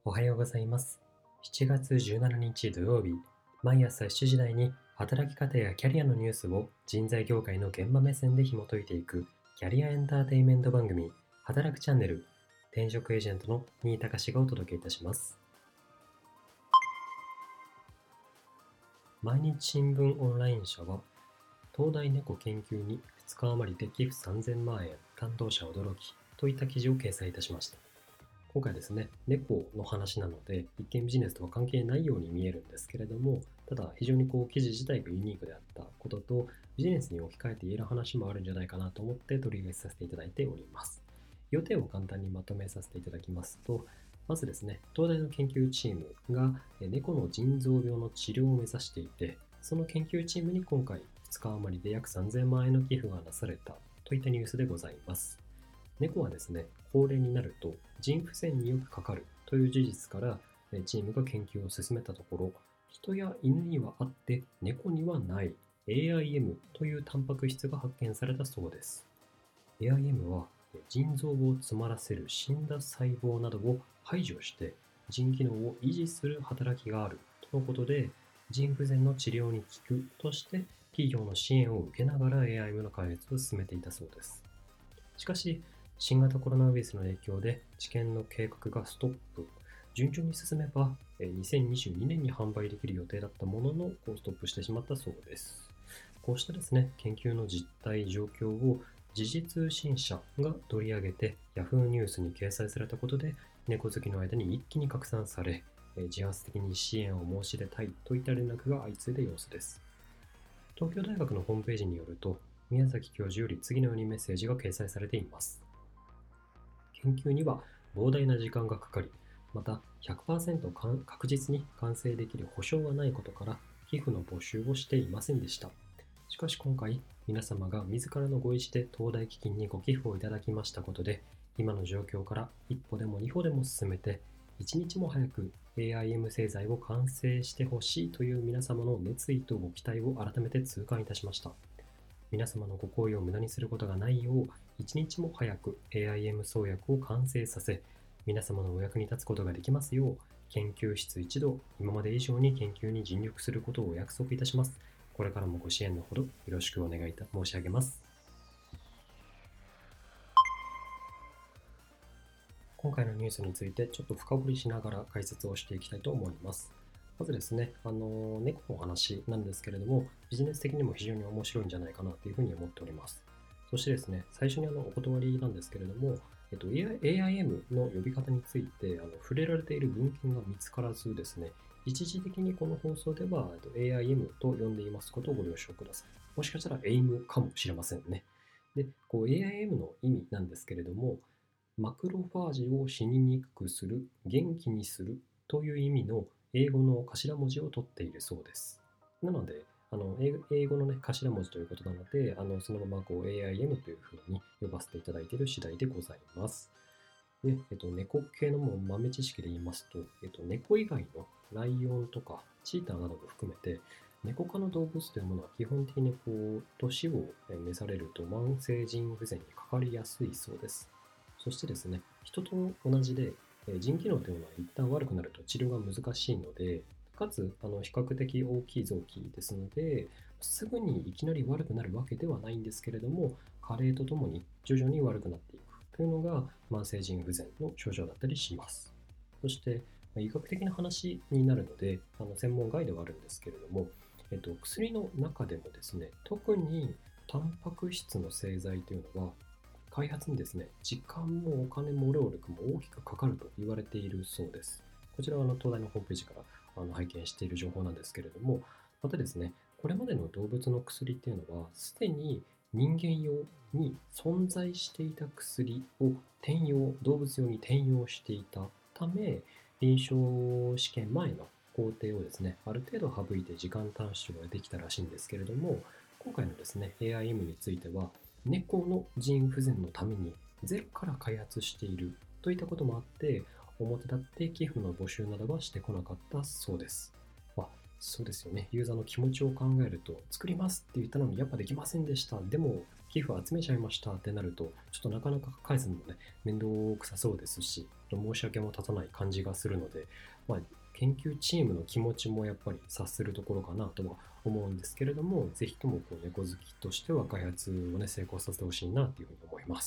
おはようございます。7月17日土曜日、毎朝7時台に働き方やキャリアのニュースを人材業界の現場目線で紐解いていくキャリアエンターテインメント番組、働くチャンネル、転職エージェントの新井隆がお届けいたします。毎日新聞オンライン社は、東大猫研究に2日余りで寄付3000万円、担当者驚きといった記事を掲載いたしました。今回ですね、猫の話なので、一見ビジネスとは関係ないように見えるんですけれども、ただ非常に記事自体がユニークであったことと、ビジネスに置き換えて言える話もあるんじゃないかなと思って取り上げさせていただいております。要点を簡単にまとめさせていただきますと、まずですね、東大の研究チームが猫の腎臓病の治療を目指していて、その研究チームに今回2日余りで約3000万円の寄付がなされたといったニュースでございます。猫はですね、高齢になると腎不全によくかかるという事実からチームが研究を進めたところ、人や犬にはあって猫にはない AIM というタンパク質が発見されたそうです。AIM は腎臓を詰まらせる死んだ細胞などを排除して腎機能を維持する働きがあるとのことで、腎不全の治療に効くとして企業の支援を受けながら AIM の開発を進めていたそうです。しかし、新型コロナウイルスの影響で治験の計画がストップ。順調に進めば、2022年に販売できる予定だったものの、ストップしてしまったそうです。こうしたですね、研究の実態、状況を時事通信社が取り上げて Yahoo ニュースに掲載されたことで、猫好きの間に一気に拡散され、自発的に支援を申し出たいといった連絡が相次いだ様子です。東京大学のホームページによると、宮崎教授より次のようにメッセージが掲載されています。研究には膨大な時間がかかり、また100%確実に完成できる保証はないことから寄付の募集をしていませんでした。しかし今回、皆様が自らのご意思で東大基金にご寄付をいただきましたことで、今の状況から一歩でも二歩でも進めて、一日も早く AIM 製剤を完成してほしいという皆様の熱意とご期待を改めて痛感いたしました。皆様のご好意を無駄にすることがないよう、一日も早く AIM 創薬を完成させ、皆様のお役に立つことができますよう、研究室一同、今まで以上に研究に尽力することをお約束いたします。これからもご支援のほどよろしくお願い申し上げます。今回のニュースについてちょっと深掘りしながら解説をしていきたいと思います。まずですね、猫の話なんですけれども、ビジネス的にも非常に面白いんじゃないかなというふうに思っております。そしてですね、最初にお断りなんですけれども、AIM の呼び方について触れられている文献が見つからずですね、一時的にこの放送ではAIM と呼んでいますことをご了承ください。もしかしたら AIM かもしれませんね。で、AIM の意味なんですけれども、マクロファージを死ににくくする、元気にするという意味の英語の頭文字を取っているそうです。なので、英語の、ね、頭文字ということなので、そのままAIM というふうに呼ばせていただいている次第でございます。で、猫系の豆知識で言いますと、猫以外のライオンとかチーターなども含めて、猫科の動物というものは基本的に年を召されると慢性腎不全にかかりやすいそうです。そしてですね、人と同じで、腎機能というのは一旦悪くなると治療が難しいので、かつ比較的大きい臓器ですので、すぐにいきなり悪くなるわけではないんですけれども、加齢とともに徐々に悪くなっていくというのが慢性腎不全の症状だったりします。そして、医学的な話になるので、専門外ではあるんですけれども、薬の中でもですね、特にタンパク質の製剤というのは、開発にですね、時間もお金も労力も大きくかかると言われているそうです。こちらは東大のホームページから拝見している情報なんですけれども、またですね、これまでの動物の薬っていうのは、すでに人間用に存在していた薬を動物用に転用していたため、臨床試験前の工程をですね、ある程度省いて時間短縮ができたらしいんですけれども、今回のですね、AIM については、猫の腎不全のためにゼロから開発しているといったこともあって、表立って寄付の募集などはしてこなかったそうです。そうですよね。ユーザーの気持ちを考えると、作りますって言ったのにやっぱできませんでした。でも、 寄付集めちゃいましたってなると、ちょっとなかなか返すのもね、面倒くさそうですし、申し訳も立たない感じがするので、まあ、研究チームの気持ちもやっぱり察するところかなとは思うんですけれども、ぜひとも猫好きとしては開発をね、成功させてほしいなというふうに思います。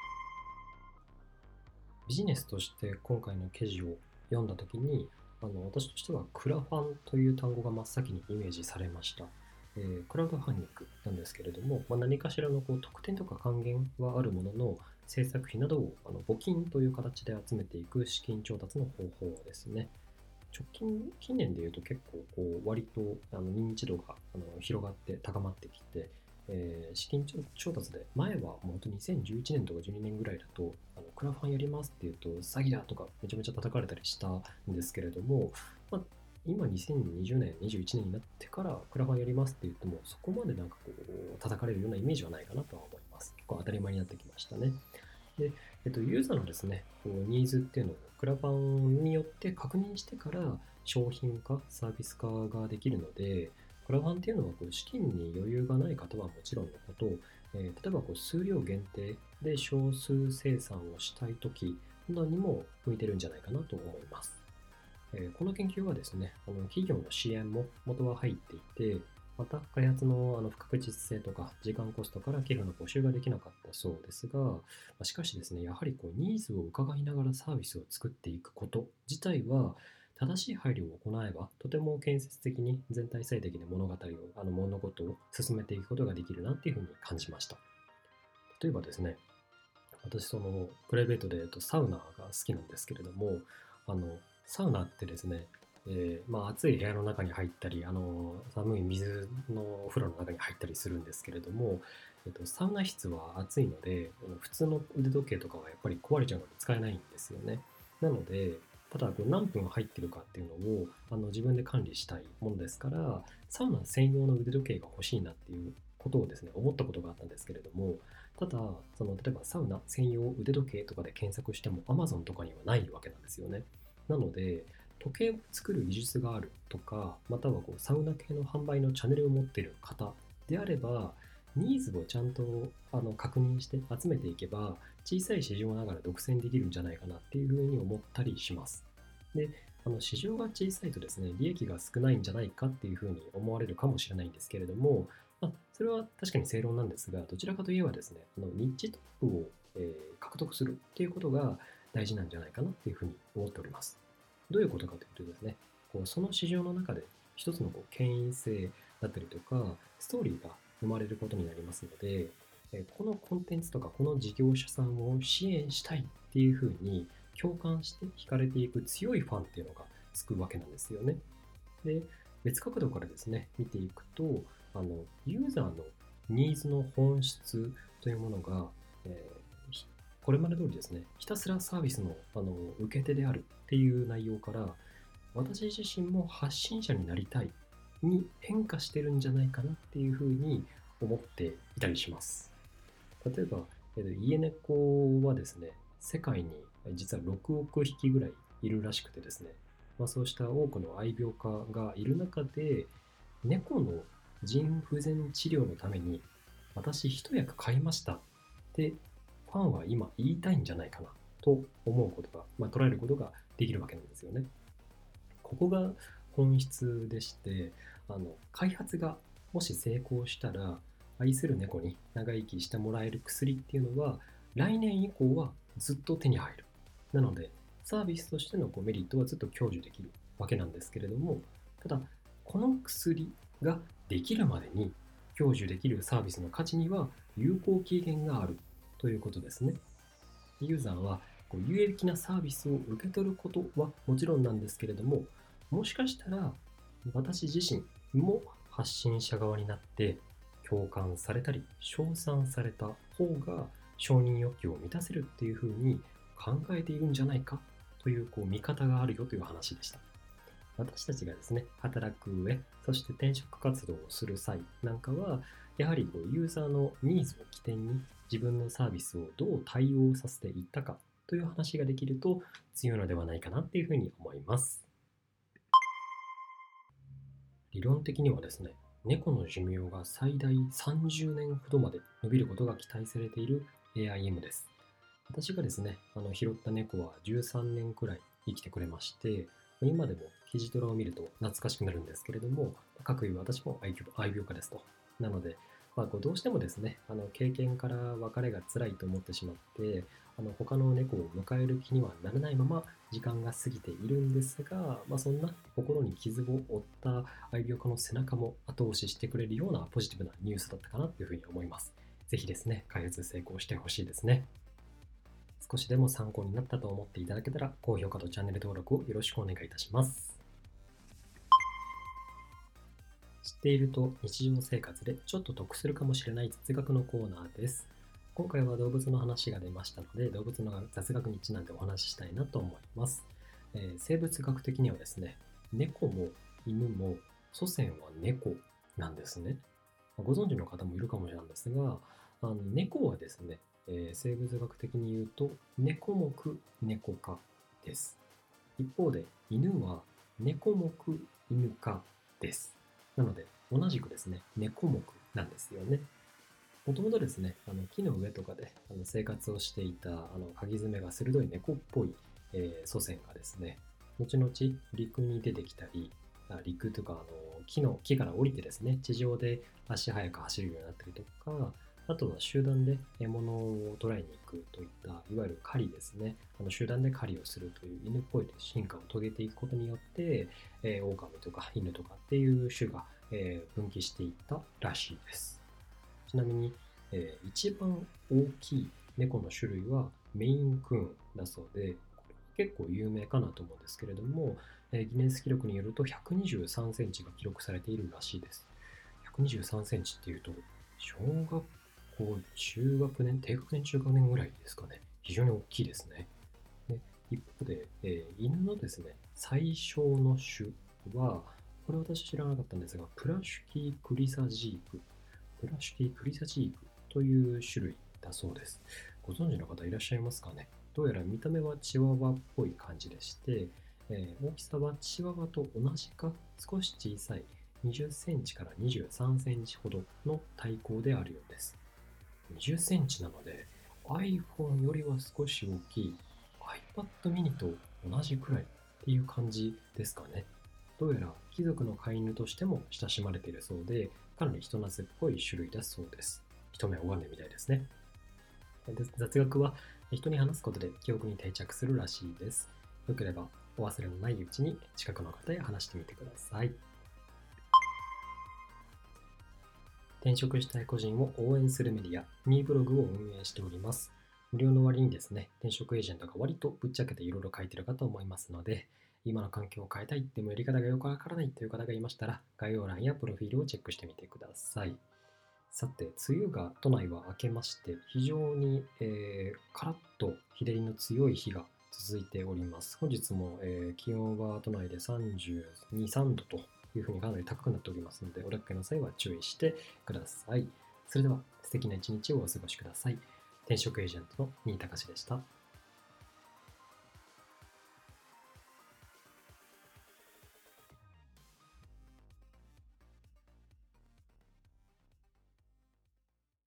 ビジネスとして今回の記事を読んだときに、私としてはクラファンという単語が真っ先にイメージされました。クラウドファンディングなんですけれども、何かしらの特典とか還元はあるものの、制作費などを募金という形で集めていく資金調達の方法ですね。近年でいうと結構割と認知度が広がって高まってきて、資金調達で前はもう本当に2011年とか12年ぐらいだとクラファンやりますっていうと詐欺だとかめちゃめちゃ叩かれたりしたんですけれども、今2020年21年になってからクラファンやりますって言ってもそこまで叩かれるようなイメージはないかなとは思います。結構当たり前になってきましたね。で、ユーザーのですね、ニーズっていうのをクラファンによって確認してから商品化、サービス化ができるので、クラファンっていうのは資金に余裕がない方はもちろんのこと、例えば数量限定で少数生産をしたいときなどにも向いてるんじゃないかなと思います。この研究はですね、企業の支援も元は入っていて、また開発の不確実性とか時間コストから寄付の募集ができなかったそうですが、しかしですね、やはりニーズを伺いながらサービスを作っていくこと自体は、正しい配慮を行えば、とても建設的に全体最適な物語を、物事を進めていくことができるなっていうふうに感じました。例えばですね、私プライベートでサウナが好きなんですけれども、あのサウナってですね、暑い部屋の中に入ったり寒い水のお風呂の中に入ったりするんですけれども、サウナ室は暑いので普通の腕時計とかはやっぱり壊れちゃうので使えないんですよね。なのでただ何分入ってるかっていうのを自分で管理したいものですから、サウナ専用の腕時計が欲しいなっていうことをですね思ったことがあったんですけれども、ただ例えばサウナ専用腕時計とかで検索しても Amazon とかにはないわけなんですよね。なので時計を作る技術があるとか、またはサウナ系の販売のチャンネルを持っている方であれば、ニーズをちゃんと確認して集めていけば、小さい市場ながら独占できるんじゃないかなっていうふうに思ったりします。で、市場が小さいとですね、利益が少ないんじゃないかっていうふうに思われるかもしれないんですけれども、それは確かに正論なんですが、どちらかといえばですね、ニッチトップを、獲得するっていうことが大事なんじゃないかなっていうふうに思っております。どういうことかというとですね、その市場の中で一つの権威性だったりとか、ストーリーが生まれることになりますので、このコンテンツとかこの事業者さんを支援したいっていうふうに共感して惹かれていく強いファンっていうのがつくわけなんですよね。で、別角度からですね、見ていくと、ユーザーのニーズの本質というものが、えーこれまで通りですね、ひたすらサービスの、受け手であるっていう内容から、私自身も発信者になりたいに変化してるんじゃないかなっていうふうに思っていたりします。例えば、家猫はですね、世界に実は6億匹ぐらいいるらしくてですね、そうした多くの愛病家がいる中で、猫の腎不全治療のために私一役買いましたってファンは今言いたいんじゃないかなと思うことが、捉えることができるわけなんですよね。ここが本質でして、開発がもし成功したら、愛する猫に長生きしてもらえる薬っていうのは、来年以降はずっと手に入る。なので、サービスとしてのメリットはずっと享受できるわけなんですけれども、ただ、この薬ができるまでに享受できるサービスの価値には有効期限があるということですね。ユーザーは有益なサービスを受け取ることはもちろんなんですけれども、もしかしたら私自身も発信者側になって共感されたり称賛された方が承認欲求を満たせるっていうふうに考えているんじゃないかという見方があるよという話でした。私たちがですね、働く上、そして転職活動をする際なんかは、やはりユーザーのニーズを起点に自分のサービスをどう対応させていったかという話ができると強いのではないかなっていうふうに思います。理論的にはですね、 猫の寿命が最大30年ほどまで伸びることが期待されている AIM です。私がですね、拾った猫は13年くらい生きてくれまして、今でもキジトラを見ると懐かしくなるんですけれども、かくいう私も愛病家ですと。なので、どうしてもですね、経験から別れが辛いと思ってしまって、他の猫を迎える気にはならないまま時間が過ぎているんですが、そんな心に傷を負った愛病家の背中も後押ししてくれるようなポジティブなニュースだったかなというふうに思います。ぜひですね、開発成功してほしいですね。少しでも参考になったと思っていただけたら、高評価とチャンネル登録をよろしくお願いいたします。知っていると日常生活でちょっと得するかもしれない雑学のコーナーです。今回は動物の話が出ましたので、動物の雑学にちなんでお話ししたいなと思います。生物学的にはですね、猫も犬も祖先は猫なんですね。ご存知の方もいるかもしれないんですが、猫はですね、生物学的に言うと猫目猫科です。一方で犬は猫目犬科です。なので同じくですね、猫目なんですよね。もともとですね、木の上とかで生活をしていたかぎ爪が鋭い猫っぽい、祖先がですね、後々陸に出てきたり、陸とか木から降りてですね、地上で足早く走るようになったりとか、あとは集団で獲物を捕らえに行くといった、いわゆる狩りですね、集団で狩りをするという犬っぽい進化を遂げていくことによって、狼とか犬とかっていう種が、分岐していったらしいです。ちなみに、一番大きい猫の種類はメインクーンだそうで、これ結構有名かなと思うんですけれども、ギネス記録によると123センチが記録されているらしいです。123センチっていうと、小学校、中学年、低学年、中学年ぐらいですかね。非常に大きいですね。で一方で、犬のですね、最小の種は、これ私知らなかったんですが、プラシュキークリサジークプラシュティクリサチークという種類だそうです。ご存知の方いらっしゃいますかね。どうやら見た目はチワワっぽい感じでして、大きさはチワワと同じか少し小さい20センチから23センチほどの体高であるようです。20センチなので iPhone よりは少し大きい iPad mini と同じくらいっていう感じですかね。どうやら貴族の飼い犬としても親しまれているそうで、かなり人懐っこい種類だそうです。一目拝んでみたいですね。雑学は人に話すことで記憶に定着するらしいです。よければお忘れのないうちに近くの方へ話してみてください。転職したい個人を応援するメディア、ミーブログを運営しております。無料の割にですね、転職エージェントが割とぶっちゃけていろいろ書いてるかと思いますので、今の環境を変えたい、でもやり方がよくわからないという方がいましたら、概要欄やプロフィールをチェックしてみてください。さて、梅雨が都内は明けまして、非常に、カラッと日照りの強い日が続いております。本日も、気温は都内で32、3度というふうにかなり高くなっておりますので、お出かけの際は注意してください。それでは素敵な一日をお過ごしください。転職エージェントの新高志でした。